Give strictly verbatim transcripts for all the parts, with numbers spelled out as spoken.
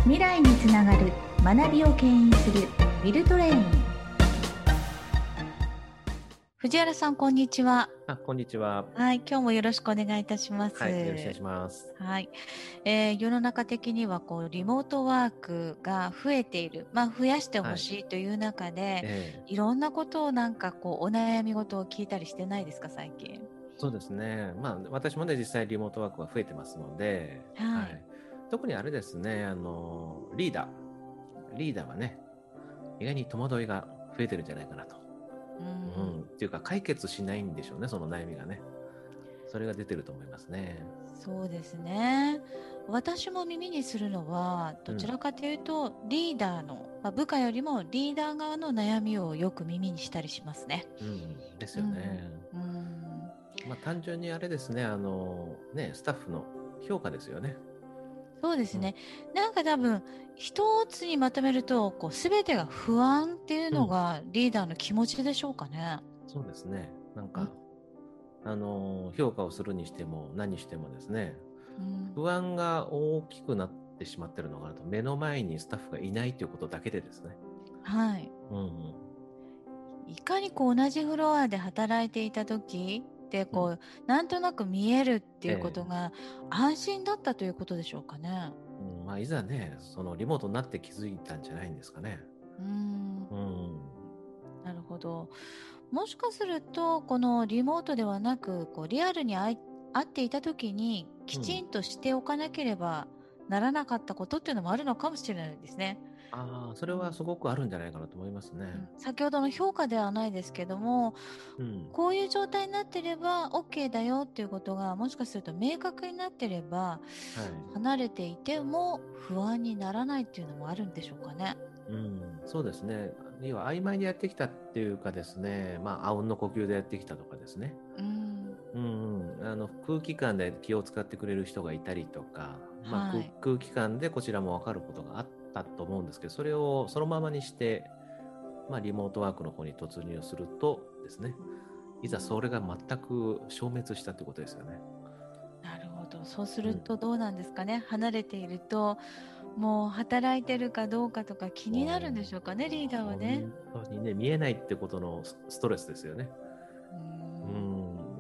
未来につながる学びを牽引するウィルトレイン。藤原さん、こんにちは。 あ、こんにちは。 はい、今日もよろしくお願いいたします。 はい、よろしくお願いします。 はい、えー、世の中的にはこうリモートワークが増えている、まあ増やしてほしいという中で、はい、えー、いろんなことをなんかこうお悩み事を聞いたりしてないですか、最近。 そうですね。まあ私もね実際リモートワークが増えてますので、はいはい、特にあれですね、あのリーダーリーダーはね意外に戸惑いが増えてるんじゃないかなと。うん、うん、っていうか解決しないんでしょうね、その悩みがね。それが出てると思いますね。 そうですね。私も耳にするのはどちらかというと、うん、リーダーの、まあ、部下よりもリーダー側の悩みをよく耳にしたりしますね。 うん、ですよね。うん、うん、まあ単純にあれですね、あのねスタッフの評価ですよね。 そうですね。うん、なんか多分一つにまとめるとこう全てが不安っていうのがリーダーの気持ちでしょうかね。 うん、そうですね。なんか、うん、あの評価をするにしても何にしてもですね、うん、不安が大きくなってしまってるのがあると、目の前にスタッフがいないということだけでですね。 はい。うんうん、いかにこう同じフロアで働いていた時ってこう、うん、なんとなく見えるっていうことが安心だったということでしょうかね。 えーうんまあ、いざねそのリモートになって気づいたんじゃないんですかね。うん、 うん、なるほど。もしかするとこのリモートではなくこうリアルに会っていた時にきちんとしておかなければならなかったことっていうのもあるのかもしれないですね。 ああ、それはすごくあるんじゃないかなと思いますね。 うん、先ほどの評価ではないですけども、うん、こういう状態になってれば OK だよっていうことがもしかすると明確になってれば、はい、離れていても不安にならないっていうのもあるんでしょうかね。 うん、そうですね。要は曖昧にやってきたっていうかですね、まあ、あうんの呼吸でやってきたとかですね。うん、うんうん、あの空気感で気を使ってくれる人がいたりとか、まあ、はい、空気感でこちらも分かることがあったと思うんですけど、それをそのままにして、まあ、リモートワークの方に突入するとですね、いざそれが全く消滅したということですよね。 なるほど。そうするとどうなんですかね。うん、離れているともう働いてるかどうかとか気になるんでしょうかね、リーダーはね。 本当にね、見えないってことのストレスですよね。うん、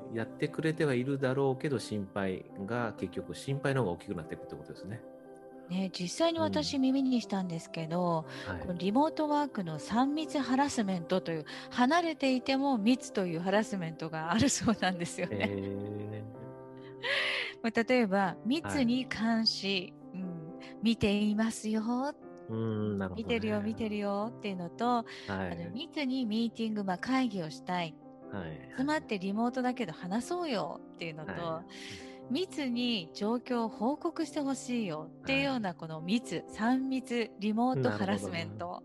やってくれてはいるだろうけど心配が結局心配の方が大きくなっていくってことですね。 ね、実際に私耳にしたんですけど、うん、このリモートワークのさん密ハラスメントという離れていても密というハラスメントがあるそうなんですよね。えー、例えば密に監視、はい、うん、見ていますよ、うんなるほどね、見てるよ見てるよっていうのと、はい、あの密にミーティング、まあ、会議をしたい、はい、集まってリモートだけど話そうよっていうのと、はい、密に状況を報告してほしいよっていうようなこの密、さん密リモートハラスメント、はい、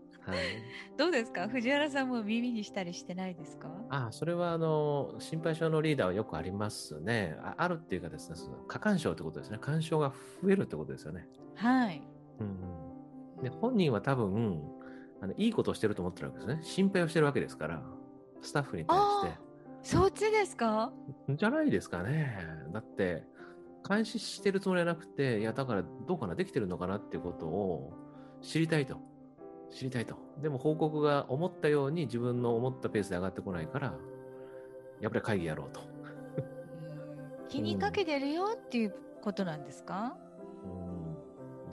どうですか、藤原さんも耳にしたりしてないですか？ ああ、それはあの心配性のリーダーはよくありますね。 あ, あるっていうかですね、その過干渉ってことですね。干渉が増えるってことですよね。 はい、 うん、で本人は多分あのいいことをしてると思ってるわけですね。心配をしてるわけですからスタッフに対して。 そっちですか？ じゃないですかね。だって監視してるつもりはなくて、いやだからどうかな、できてるのかなっていうことを知りたいと知りたいと。でも報告が思ったように自分の思ったペースで上がってこないから、やっぱり会議やろうと。 気にかけてるよっていうことなんですか？ うん、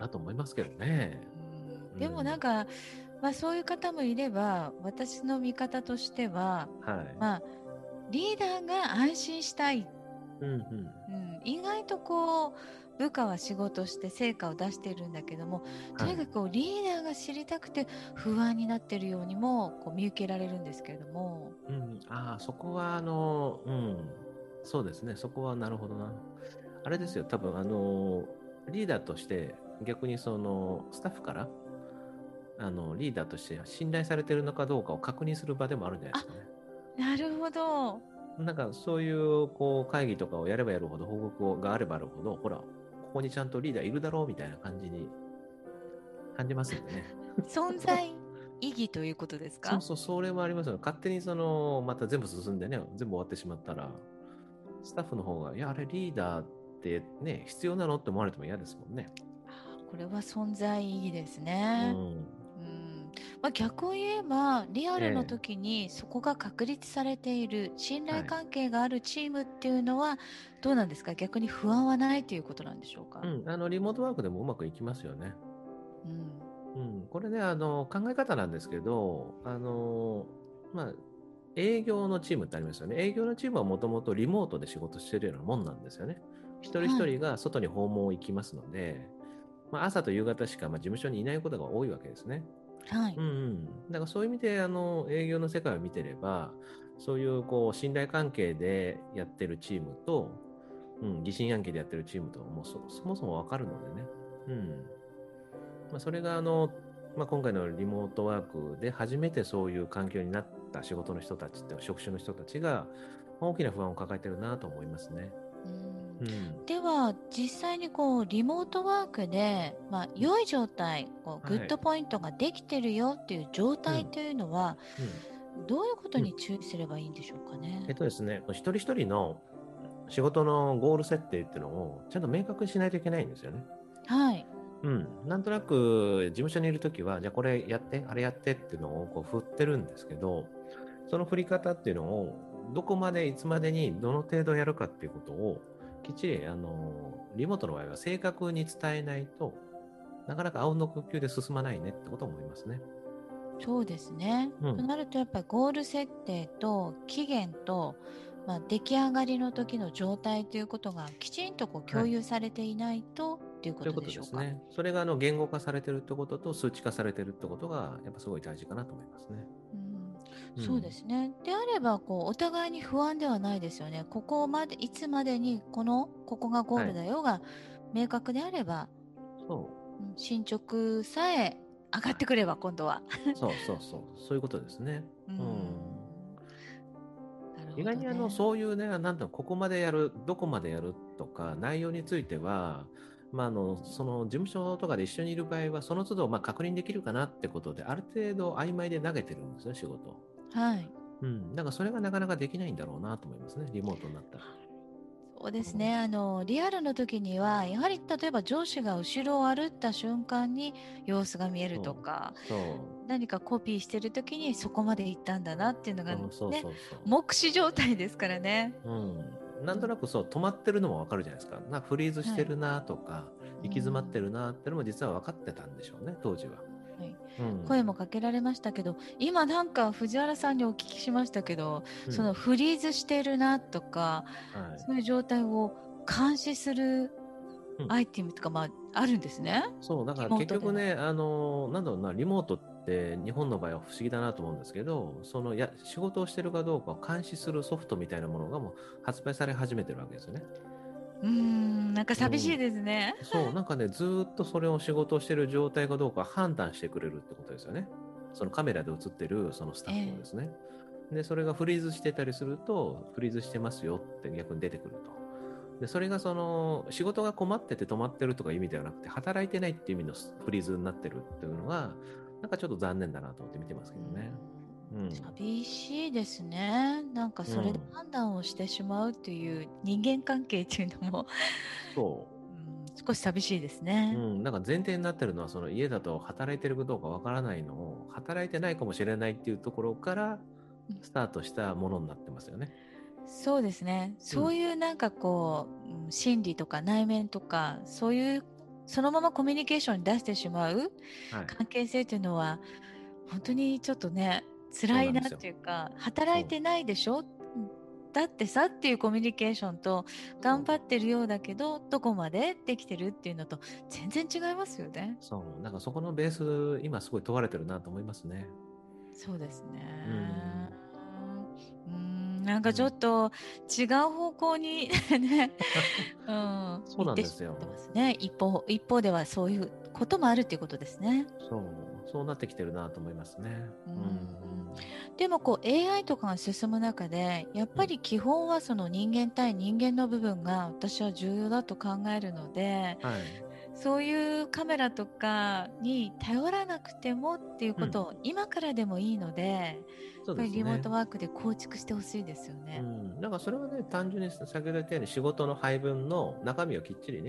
だと思いますけどね。 うん、でもなんか、まあ、そういう方もいれば、私の見方としては、はい、まあ、リーダーが安心したい、うんうんうん、意外とこう部下は仕事して成果を出しているんだけども、とにかくこうリーダーが知りたくて不安になっているようにもこう見受けられるんですけれども、 うん、ああそこはあの、うん、そうですね、そこはなるほどな。あれですよ、多分あのリーダーとして逆にそのスタッフからあのリーダーとして信頼されているのかどうかを確認する場でもあるんじゃないですかね。 なるほど。 なんかそういうこう会議とかをやればやるほど報告があればあるほど、ほらここにちゃんとリーダーいるだろうみたいな感じに感じますんでね。 存在意義ということですか？ そうそう、それもありますよね。勝手にそのまた全部進んでね、全部終わってしまったらスタッフの方がいやあれリーダーってね必要なのって思われても嫌ですもんね。 これは存在意義ですね。うんうんまあ、逆を言えばリアルの時にそこが確立されている、えー、信頼関係があるチームっていうのはどうなんですか、はい、逆に不安はないということなんでしょうか。 うん、あのリモートワークでもうまくいきますよね。うんうん、これねあの考え方なんですけど、あのまあ営業のチームってありますよね。営業のチームはもともとリモートで仕事してるようなもんなんですよね。一人一人が外に訪問行きますので、はい、まあ、朝と夕方しかまあ事務所にいないことが多いわけですね。はい。うんうん。だからそういう意味であの営業の世界を見てれば、そういうこう信頼関係でやってるチームと、うん、疑心暗鬼でやってるチームともう そ, そもそも分かるのでね。うんまあ、それがあの、まあ、今回のリモートワークで初めてそういう環境になった仕事の人たちって職種の人たちが大きな不安を抱えてるなと思いますね。 うんうん、では実際にこうリモートワークで、まあ、良い状態、こうグッドポイントができてるよっていう状態というのは、うんうん、どういうことに注意すればいいんでしょうかね。 えっとですね、一人一人の仕事のゴール設定っていうのをちゃんと明確にしないといけないんですよね。 はい。 うん、なんとなく事務所にいるときは、じゃあこれやって、あれやってっていうのをこう振ってるんですけど、その振り方っていうのをどこまでいつまでにどの程度やるかっていうことをきっちりあのリモートの場合は正確に伝えないとなかなかあうんの呼吸で進まないねってことを思いますね。 そうですね、うん、となるとやっぱりゴール設定と期限と、まあ、出来上がりの時の状態ということがきちんとこう共有されていないと、はい、ということでしょうか。 ということですね。それがあの言語化されてるってことと数値化されてるってことがやっぱすごい大事かなと思いますね。 うん、そうですね。であればこうお互いに不安ではないですよね。ここまでいつまでにこのここがゴールだよが明確であれば、はい、そう進捗さえ上がってくれば今度は、はい、 そうそうそうそういうことですね。うん。うん意外にあのそういうね、なんだここまでやる、どこまでやるとか内容については、まあ、あのその事務所とかで一緒にいる場合はその都度まあ確認できるかなってことである程度曖昧で投げてるんですよ仕事。 はい。 うん。だからそれがなかなかできないんだろうなと思いますねリモートになったら。 そうですね、あのリアルの時にはやはり例えば上司が後ろを歩った瞬間に様子が見えるとか、そう何かコピーしてる時にそこまで行ったんだなっていうのがね、目視状態ですからね。 うん、なんとなくそう止まってるのも分かるじゃないですか。なんかフリーズしてるなとか、はい、行き詰まってるなっていうのも実は分かってたんでしょうね当時は。 はいうん、声もかけられましたけど、今なんか藤原さんにお聞きしましたけど、うん、そのフリーズしてるなとか、はい、そういう状態を監視するアイテムとか、まあ、あるんですね。 そうだから結局ね、あのなんだろうな、リモートって日本の場合は不思議だなと思うんですけど、そのや仕事をしてるかどうかを監視するソフトみたいなものがもう発売され始めてるわけですよね。 うーんなんか寂しいですね、 うん、そうなんかねずっとそれを仕事をしてる状態かどうか判断してくれるってことですよね。そのカメラで映ってるそのスタッフをですね、えー、でそれがフリーズしてたりするとフリーズしてますよって逆に出てくると。でそれがその仕事が困ってて止まってるとかいう意味ではなくて働いてないっていう意味のフリーズになってるっていうのがなんかちょっと残念だなと思って見てますけどね。 うん、寂しいですね。なんかそれで判断をしてしまうっていう人間関係っていうのも、うん、そう、うん、少し寂しいですね。 うん、なんか前提になってるのはその家だと働いてるかどうかわからないのを働いてないかもしれないっていうところからスタートしたものになってますよね。 そうですね。そういうなんかこう、うん、心理とか内面とかそういうそのままコミュニケーションに出してしまう関係性というのは、はい、本当にちょっとね辛いなっていうか、働いてないでしょだってさっていうコミュニケーションと頑張ってるようだけどどこまでできてるっていうのと全然違いますよね。 そうなんかそこのベース今すごい問われてるなと思いますね。 そうですね。うんうんなんかちょっと違う方向にね、うん、 そうなんですよ。 行ってしまってますね。一方一方ではそういうこともあるっていうことですね。 そうそうなってきてるなと思いますね。うん、うん、 でもこう エーアイ とかが進む中でやっぱり基本はその人間対人間の部分が私は重要だと考えるので、はい、そういうカメラとかに頼らなくてもっていうことを今からでもいいので、うん、やっぱりリモートワークで構築してほしいですよね。 うん、だからそれはね単純に先ほど言ったように仕事の配分の中身をきっちりね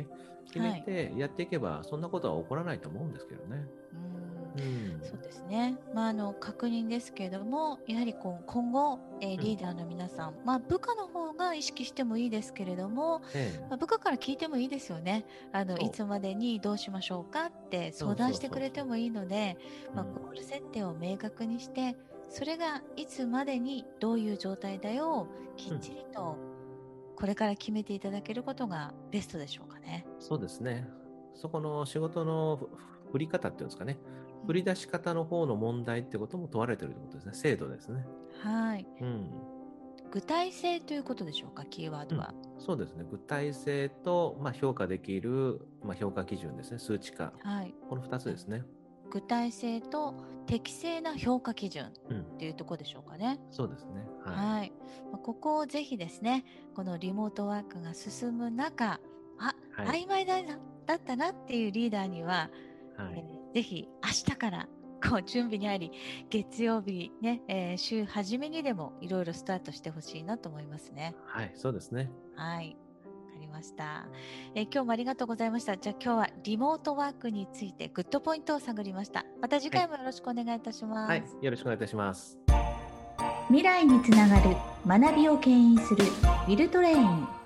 決めてやっていけば、はい、そんなことは起こらないと思うんですけどね。 うん、そうですね、まあ、あの確認ですけれども、やはりこう今後、えー、リーダーの皆さん、うん、まあ、部下の方が意識してもいいですけれども、ええまあ、部下から聞いてもいいですよね。あのいつまでにどうしましょうかって相談してくれてもいいので、まあ、ゴール設定を明確にして、それがいつまでにどういう状態だよきっちりとこれから決めていただけることがベストでしょうかね。 うん、そうですね。そこの仕事の振り方っていうんですかね、振り出し方の方の問題ってことも問われているということですね。制度ですね。 はい、 うん、 具体性ということでしょうか、キーワードは。 うん、そうですね。具体性と、まあ、評価できる、まあ、評価基準ですね。数値化、はい、このふたつですね。 具体性と適正な評価基準っていうところでしょうかね。 うん、そうですね。 はい。はい、ここをぜひですね、このリモートワークが進む中、あ、はい、曖昧だだったなっていうリーダーには、はい、えー、ぜひ明日からこう準備にあり、月曜日ね、えー、週初めにでもいろいろスタートしてほしいなと思いますね。 はい、そうですね。 はい。わかりました。えー、今日もありがとうございました。じゃあ今日はリモートワークについてグッドポイントを探りました。また次回もよろしくお願いいたします。 はい、はい、よろしくお願いいたします。 未来につながる学びを牽引するウィルトレイン。